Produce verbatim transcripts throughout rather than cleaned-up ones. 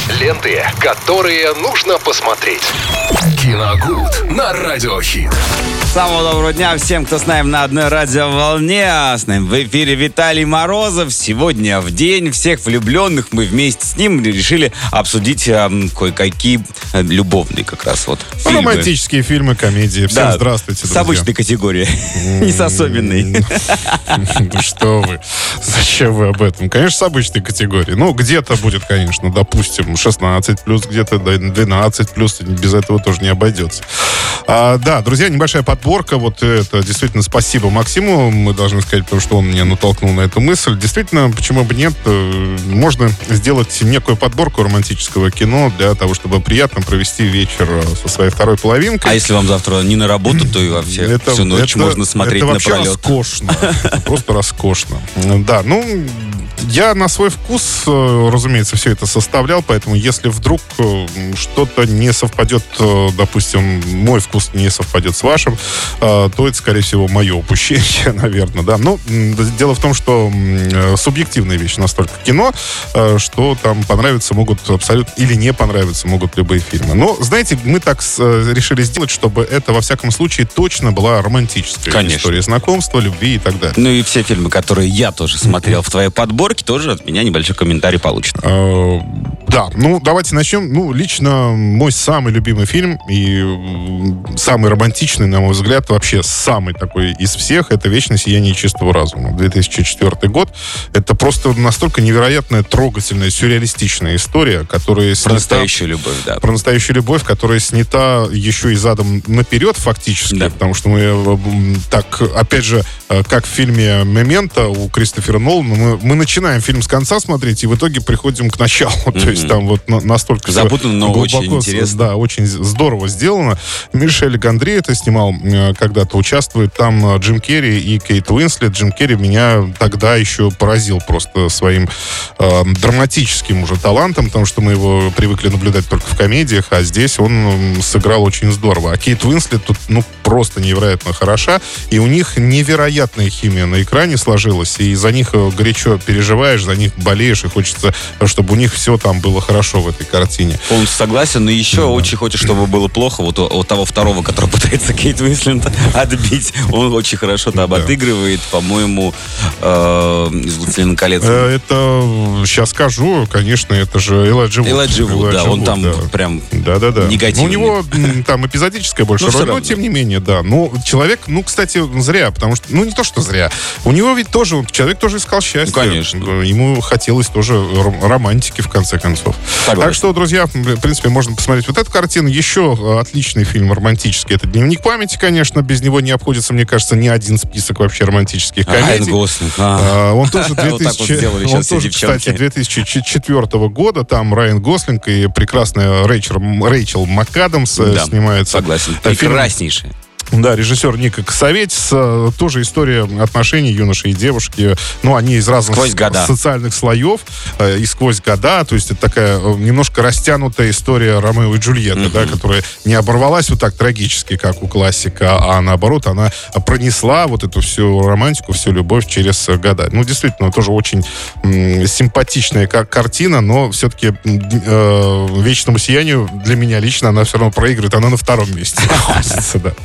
Ленты, которые нужно посмотреть. Киногуд на Радиохит. Самого доброго дня всем, кто с нами на одной радиоволне. С нами в эфире Виталий Морозов. Сегодня в день всех влюбленных мы вместе с ним решили обсудить а, кое-какие а, любовные как раз вот фильмы. Романтические фильмы, комедии. Всем да, здравствуйте, друзья. С обычной категории, не с особенной. Что вы? Зачем вы об этом? Конечно, с обычной категории. Ну, где-то будет, конечно, допустим, шестнадцать плюс, где-то двенадцать плюс. Без этого тоже не обойдется. А, да, друзья, небольшая подборка. Вот это действительно спасибо Максиму, мы должны сказать, потому что он меня натолкнул на эту мысль. Действительно, почему бы нет, можно сделать некую подборку романтического кино для того, чтобы приятно провести вечер со своей второй половинкой. А если вам завтра не на работу, то и вообще это, всю ночь это, можно смотреть это напролет. Это вообще роскошно. Это просто роскошно. Да, ну... Я на свой вкус, разумеется, все это составлял, поэтому если вдруг что-то не совпадет, допустим, мой вкус не совпадет с вашим, то это, скорее всего, мое упущение, наверное, да. Но дело в том, что субъективная вещь настолько кино, что там понравиться могут абсолютно, или не понравиться могут любые фильмы. Но, знаете, мы так решили сделать, чтобы это, во всяком случае, точно была романтическая Конечно. история знакомства, любви и так далее. Ну и все фильмы, которые я тоже смотрел в твоей подборке, тоже от меня небольшой комментарий получит. Uh, да, ну давайте начнем. Ну, лично мой самый любимый фильм и самый романтичный, на мой взгляд, вообще самый такой из всех, это «Вечное сияние чистого разума». две тысячи четвёртый год. Это просто настолько невероятная, трогательная, сюрреалистичная история, которая снята... Про настоящую любовь, да. Про настоящую любовь, которая снята еще и задом наперед фактически, да. Потому что мы так, опять же, как в фильме «Мементо» у Кристофера Нолана, мы, мы начинаем фильм с конца смотреть, и в итоге приходим к началу. Mm-hmm. То есть там вот на, настолько запутанно, но глубоко, очень интересно. Да, очень здорово сделано. Мишель Гондри это снимал, э, когда-то участвует. Там Джим Керри и Кейт Уинслет. Джим Керри меня тогда еще поразил просто своим э, драматическим уже талантом, потому что мы его привыкли наблюдать только в комедиях, а здесь он сыграл очень здорово. А Кейт Уинслет тут, ну, просто невероятно хороша, и у них невероятная химия на экране сложилась, и за них горячо переживаешь, за них болеешь, и хочется, чтобы у них все там было хорошо в этой картине. Полностью согласен, но еще да. очень хочет, чтобы было плохо вот у, у того второго, который пытается Кейт Уинслет отбить. Он очень хорошо там да. отыгрывает, по-моему, э, из «Властелина колец». Это, сейчас скажу, конечно, это же Элайджа Вуд. Элайджа Вуд, да, он там да. прям да-да-да. негативный. Ну, у него там эпизодическая больше роль, но тем не менее, да. Ну, человек, ну, кстати, зря, потому что, ну, не то, что зря. У него ведь тоже, человек тоже искал счастье. Ну, конечно. Ему хотелось тоже романтики, в конце концов. Согласен. Так что, друзья, в принципе, можно посмотреть вот эту картину. Еще отличный фильм романтический. Это «Дневник памяти», конечно. Без него не обходится, мне кажется, ни один список вообще романтических комедий. Райан Гослинг. А, он тоже, две тысячи, он тоже кстати, две тысячи четвёртого года. Там Райан Гослинг и прекрасная Рэйчел, Рэйчел МакАдамс да, снимаются. Согласен. Прекраснейшая. Да, режиссер Ника Кассаветис. Тоже история отношений юноши и девушки. Ну, они из разных социальных слоев и сквозь года. То есть это такая немножко растянутая история Ромео и Джульетты, mm-hmm. да, которая не оборвалась вот так трагически, как у классика, а наоборот, она пронесла вот эту всю романтику, всю любовь через года. Ну, действительно, тоже очень м- симпатичная как картина, но все-таки э, «Вечному сиянию» для меня лично она все равно проигрывает. Она на втором месте находится, да.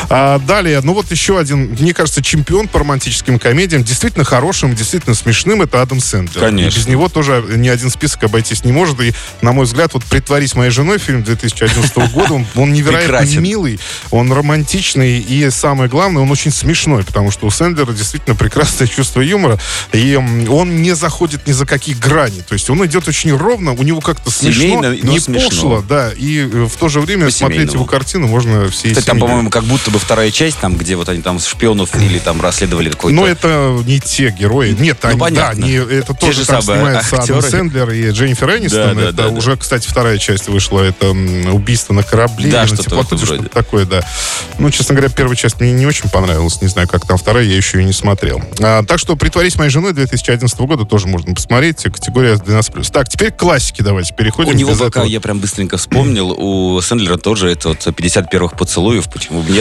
А далее, ну вот еще один, мне кажется, чемпион по романтическим комедиям, действительно хорошим, действительно смешным, это Адам Сэндлер. Конечно. И без него тоже ни один список обойтись не может. И, на мой взгляд, вот «Притворись моей женой», фильм две тысячи одиннадцатого года, он, он невероятно Прекрасен. милый, он романтичный, и самое главное, он очень смешной, потому что у Сэндлера действительно прекрасное чувство юмора, и он не заходит ни за какие грани. То есть он идет очень ровно, у него как-то смешно, Семейно, не смешно. пошло, да, и в то же время смотреть его картину можно всей семьей. Там, по-моему, как будто бы вторая часть, там, где вот они там шпионов или там расследовали какой-то... Но это не те герои. Нет, ну, они, понятно. да, не, это те тоже там снимается Адам Сэндлер и Дженнифер Энистон. Да, это да, уже, да. кстати, вторая часть вышла. Это «Убийство на корабле». Да, на что-то, теплоходе, что-то такое, да. Ну, честно говоря, первая часть мне не очень понравилась. Не знаю, как там вторая, я еще и не смотрел. А, так что «Притворись моей женой» две тысячи одиннадцатого года тоже можно посмотреть. Категория двенадцать плюс. Так, теперь к классике давайте переходим. У него, пока этого... я прям быстренько вспомнил, у Сэндлера тоже это вот пятьдесят первых поцелуев. Почему бы нет?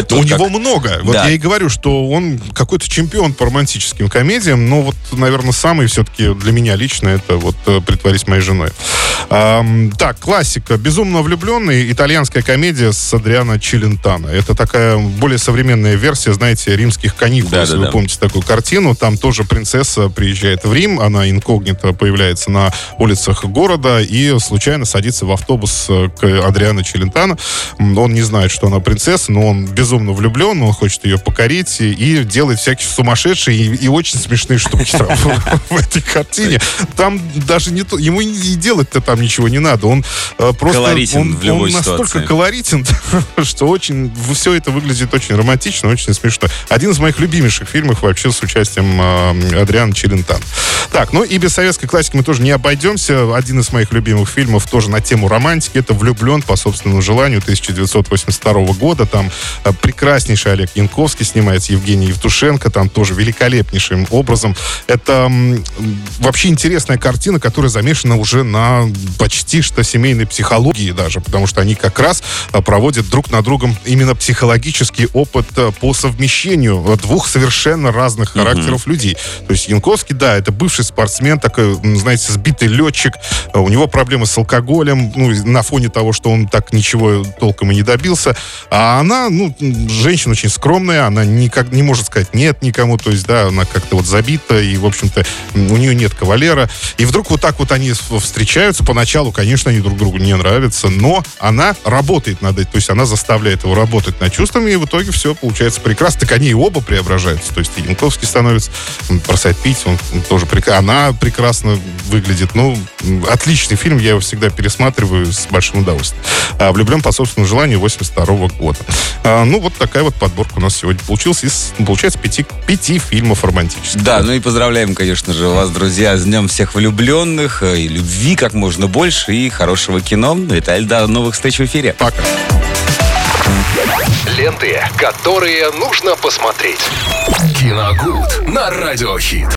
Это У вот него как... много. Вот да. я и говорю, что он какой-то чемпион по романтическим комедиям, но вот, наверное, самый все-таки для меня лично это вот «Притворись моей женой». А, так, классика. «Безумно влюбленный». Итальянская комедия с Адриано Челентано. Это такая более современная версия, знаете, «Римских каникул», да, если да, вы да. помните такую картину. Там тоже принцесса приезжает в Рим, она инкогнито появляется на улицах города и случайно садится в автобус к Адриано Челентано. Он не знает, что она принцесса, но он безумно влюблен, он хочет ее покорить и, и делает всякие сумасшедшие и, и очень смешные штуки там, в этой картине. Там даже не то, ему и делать-то там ничего не надо. Он просто колоритен он, в любой он настолько ситуации. колоритен, что очень все это выглядит очень романтично, очень смешно. Один из моих любимейших фильмов вообще с участием э, Адриано Челентано. Так, ну и без советской классики мы тоже не обойдемся. Один из моих любимых фильмов тоже на тему романтики. Это «Влюблен по собственному желанию» тысяча девятьсот восемьдесят второго года. Там э, прекраснейший Олег Янковский снимается, Евгений Евтушенко там тоже великолепнейшим образом. Это м, вообще интересная картина, которая замешана уже на почти что семейной психологии даже, потому что они как раз э, проводят друг на другом именно психологический опыт э, по совмещению двух совершенно разных mm-hmm. характеров людей. То есть Янковский, да, это бывший спортсмен, такой, знаете, сбитый летчик, э, у него проблемы с алкоголем, ну, на фоне того, что он так ничего толком и не добился. А она, ну, женщина очень скромная, она никак не может сказать нет никому, то есть, да, она как-то вот забита, и, в общем-то, у нее нет кавалера. И вдруг вот так вот они встречаются. Поначалу, конечно, они друг другу не нравятся, но она работает над этим, то есть она заставляет его работать над чувствами, и в итоге все получается прекрасно. Так они и оба преображаются. То есть и Янковский становится, бросает пить, он тоже прекрасно, она прекрасно выглядит. Ну, отличный фильм, я его всегда пересматриваю с большим удовольствием. А, «Влюблен по собственному желанию» восемьдесят второго года. А, ну, вот такая вот подборка у нас сегодня получилась из, получается, пяти, пяти фильмов романтических. Да, ну и поздравляем, конечно же, вас, друзья, с Днем всех влюбленных, и любви как можно больше, и хорошего кино. Виталий, до новых встреч в эфире. Пока. Ленты, которые нужно посмотреть. Киногуд на Радиохит.